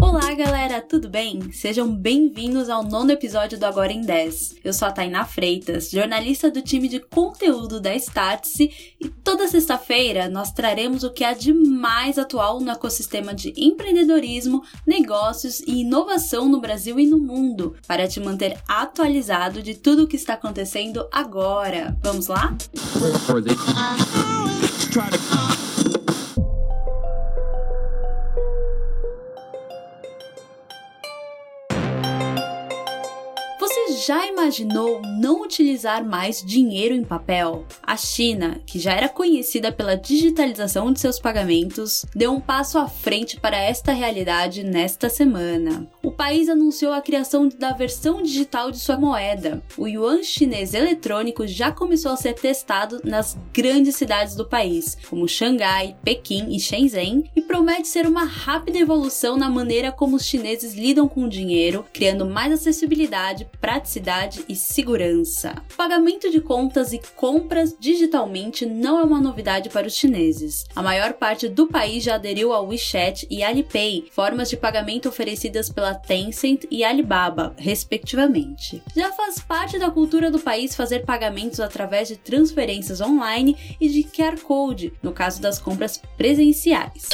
Olá galera, tudo bem? Sejam bem-vindos ao 9º episódio do Agora em 10. Eu sou a Tainá Freitas, jornalista do time de conteúdo da Startse, e toda sexta-feira nós traremos o que há de mais atual no ecossistema de empreendedorismo, negócios e inovação no Brasil e no mundo, para te manter atualizado de tudo o que está acontecendo agora. Vamos lá? Já imaginou não utilizar mais dinheiro em papel? A China, que já era conhecida pela digitalização de seus pagamentos, deu um passo à frente para esta realidade nesta semana. O país anunciou a criação da versão digital de sua moeda. O yuan chinês eletrônico já começou a ser testado nas grandes cidades do país, como Xangai, Pequim e Shenzhen, e promete ser uma rápida evolução na maneira como os chineses lidam com o dinheiro, criando mais acessibilidade, praticidade e segurança. O pagamento de contas e compras digitalmente não é uma novidade para os chineses. A maior parte do país já aderiu ao WeChat e Alipay, formas de pagamento oferecidas pela Tencent e Alibaba, respectivamente. Já faz parte da cultura do país fazer pagamentos através de transferências online e de QR Code, no caso das compras presenciais.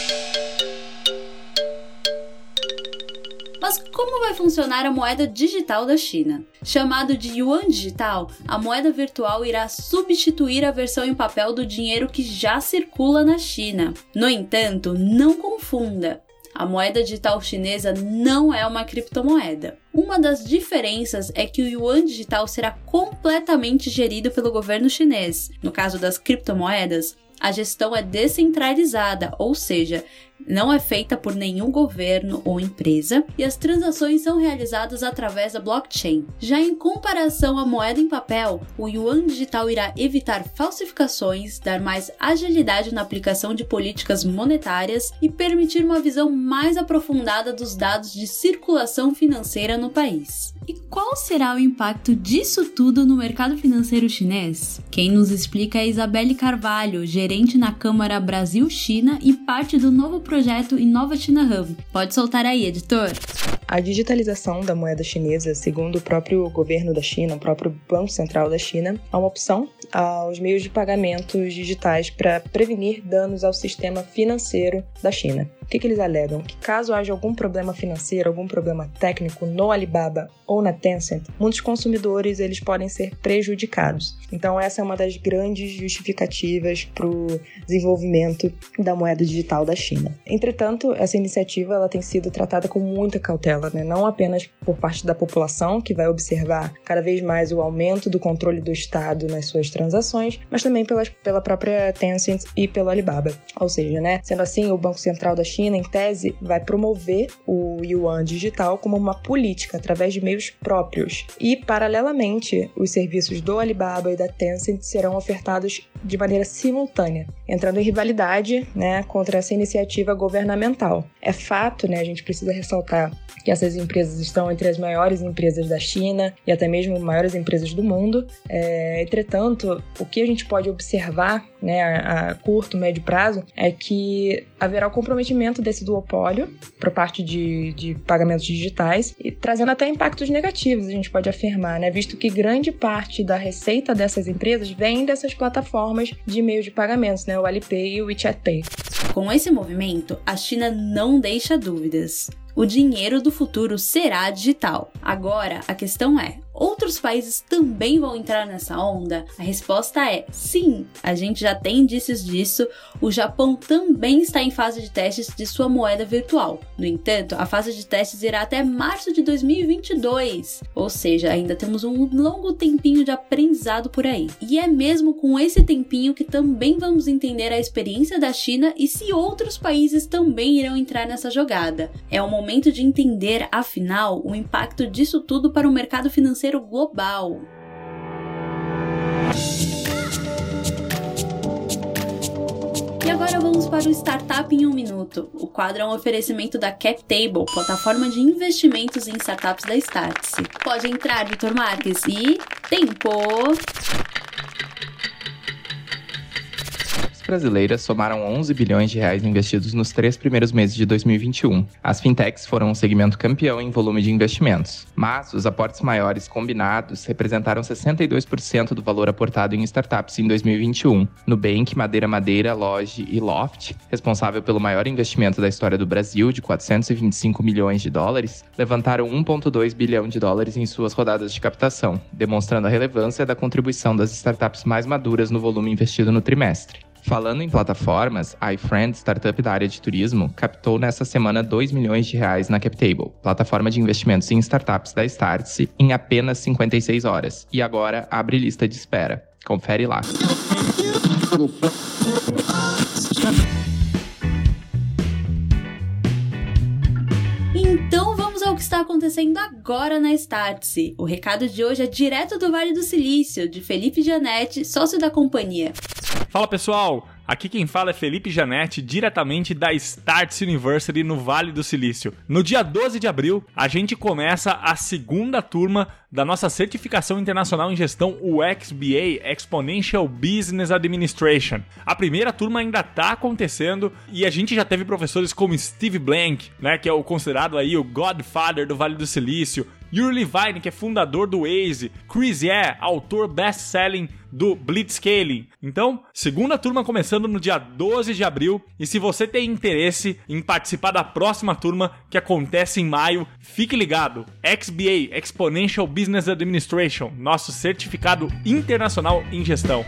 Mas como vai funcionar a moeda digital da China? Chamado de Yuan Digital, a moeda virtual irá substituir a versão em papel do dinheiro que já circula na China. No entanto, não confunda. A moeda digital chinesa não é uma criptomoeda. Uma das diferenças é que o yuan digital será completamente gerido pelo governo chinês. No caso das criptomoedas, a gestão é descentralizada, ou seja, não é feita por nenhum governo ou empresa, e as transações são realizadas através da blockchain. Já em comparação à moeda em papel, o yuan digital irá evitar falsificações, dar mais agilidade na aplicação de políticas monetárias e permitir uma visão mais aprofundada dos dados de circulação financeira no país. E qual será o impacto disso tudo no mercado financeiro chinês? Quem nos explica é Isabelle Carvalho, gerente na Câmara Brasil-China e parte do novo projeto Inova China Hub. Pode soltar aí, editor? A digitalização da moeda chinesa, segundo o próprio governo da China, o próprio Banco Central da China, é uma opção aos meios de pagamentos digitais para prevenir danos ao sistema financeiro da China. O que eles alegam? Que caso haja algum problema financeiro, algum problema técnico no Alibaba ou na Tencent, muitos consumidores eles podem ser prejudicados. Então essa é uma das grandes justificativas para o desenvolvimento da moeda digital da China. Entretanto, essa iniciativa ela tem sido tratada com muita cautela, né? Não apenas por parte da população, que vai observar cada vez mais o aumento do controle do Estado nas suas transações, mas também pela própria Tencent e pelo Alibaba. Ou seja, né? Sendo assim, o Banco Central da China, em tese, vai promover o yuan digital como uma política através de meios próprios. E, paralelamente, os serviços do Alibaba e da Tencent serão ofertados de maneira simultânea, entrando em rivalidade, né, contra essa iniciativa governamental. É fato, né, a gente precisa ressaltar que essas empresas estão entre as maiores empresas da China e até mesmo maiores empresas do mundo. Entretanto, o que a gente pode observar, né, a curto, médio prazo, é que haverá o comprometimento desse duopólio por parte de pagamentos digitais e trazendo até impactos negativos, a gente pode afirmar, né, visto que grande parte da receita dessas empresas vem dessas plataformas de meio de pagamentos, né, o Alipay e o WeChat Pay. Com esse movimento, a China não deixa dúvidas. O dinheiro do futuro será digital. Agora, a questão é, outros países também vão entrar nessa onda? A resposta é sim, a gente já tem indícios disso. O Japão também está em fase de testes de sua moeda virtual. No entanto, a fase de testes irá até março de 2022, ou seja, ainda temos um longo tempinho de aprendizado por aí. E é mesmo com esse tempinho que também vamos entender a experiência da China e se outros países também irão entrar nessa jogada. É um momento de entender, afinal, o impacto disso tudo para o mercado financeiro global. E agora vamos para o Startup em 1 Minuto. O quadro é um oferecimento da CapTable, plataforma de investimentos em startups da Startse. Pode entrar, Vitor Marques, e tempo! brasileiras somaram 11 bilhões de reais investidos nos 3 primeiros meses de 2021. As fintechs foram um segmento campeão em volume de investimentos, mas os aportes maiores combinados representaram 62% do valor aportado em startups em 2021. Nubank, Madeira, Logi e Loft, responsável pelo maior investimento da história do Brasil, de 425 milhões de dólares, levantaram 1,2 bilhão de dólares em suas rodadas de captação, demonstrando a relevância da contribuição das startups mais maduras no volume investido no trimestre. Falando em plataformas, a iFriend, startup da área de turismo, captou nessa semana 2 milhões de reais na CapTable, plataforma de investimentos em startups da Startse, em apenas 56 horas. E agora abre lista de espera. Confere lá. Então vamos ao que está acontecendo agora na Startse. O recado de hoje é direto do Vale do Silício, de Felipe Janetti, sócio da companhia. Fala pessoal, aqui quem fala é Felipe Janetti, diretamente da Startse University no Vale do Silício. No dia 12 de abril, a gente começa a segunda turma da nossa certificação internacional em gestão, o XBA, Exponential Business Administration. A primeira turma ainda está acontecendo e a gente já teve professores como Steve Blank, né, que é o considerado aí o Godfather do Vale do Silício, Yuri Levine, que é fundador do Waze, Chris Ye, autor best-selling do Blitzscaling. Então, segunda turma começando no dia 12 de abril, e se você tem interesse em participar da próxima turma, que acontece em maio, fique ligado. XBA, Exponential Business Administration, nosso certificado internacional em gestão.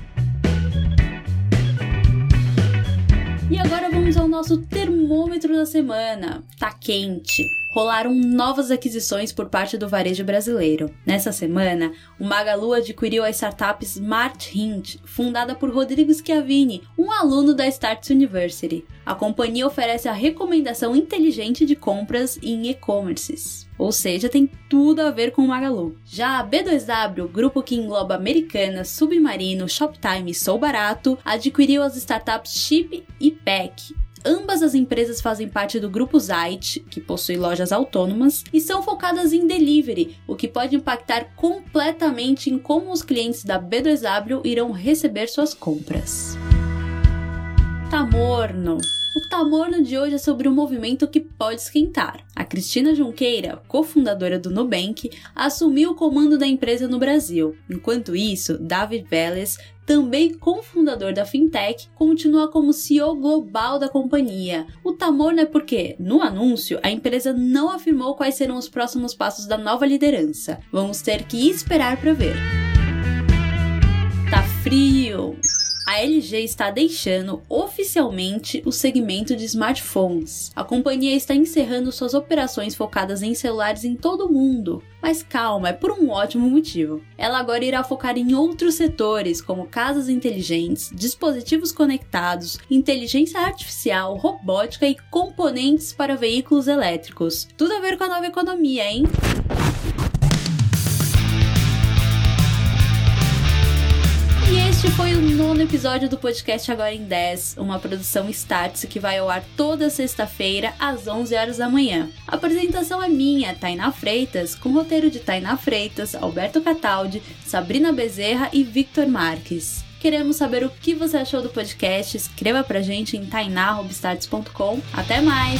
E agora vamos ao nosso termômetro da semana. Tá quente. Rolaram novas aquisições por parte do varejo brasileiro. Nessa semana, o Magalu adquiriu a startup Smart Hint, fundada por Rodrigo Schiavini, um aluno da Startse University. A companhia oferece a recomendação inteligente de compras em e-commerces. Ou seja, tem tudo a ver com o Magalu. Já a B2W, grupo que engloba Americanas, Submarino, Shoptime e Sou Barato, adquiriu as startups Chip e Pack. Ambas as empresas fazem parte do grupo Zait, que possui lojas autônomas, e são focadas em delivery, o que pode impactar completamente em como os clientes da B2W irão receber suas compras. Tá morno. O Tá Morno de hoje é sobre um movimento que pode esquentar. A Cristina Junqueira, cofundadora do Nubank, assumiu o comando da empresa no Brasil. Enquanto isso, David Vélez, também cofundador da fintech, continua como CEO global da companhia. O Tá Morno é porque, no anúncio, a empresa não afirmou quais serão os próximos passos da nova liderança. Vamos ter que esperar para ver. Tá frio! A LG está deixando oficialmente o segmento de smartphones. A companhia está encerrando suas operações focadas em celulares em todo o mundo. Mas calma, é por um ótimo motivo. Ela agora irá focar em outros setores, como casas inteligentes, dispositivos conectados, inteligência artificial, robótica e componentes para veículos elétricos. Tudo a ver com a nova economia, hein? E este foi o 9º episódio do podcast Agora em 10, uma produção Startse que vai ao ar toda sexta-feira às 11 horas da manhã. A apresentação é minha, Tainá Freitas, com roteiro de Tainá Freitas, Alberto Cataldi, Sabrina Bezerra e Victor Marques. Queremos saber o que você achou do podcast, escreva pra gente em tainá@startse.com. Até mais!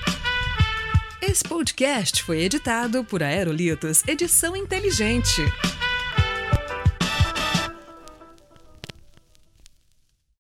Esse podcast foi editado por Aerolitos Edição Inteligente.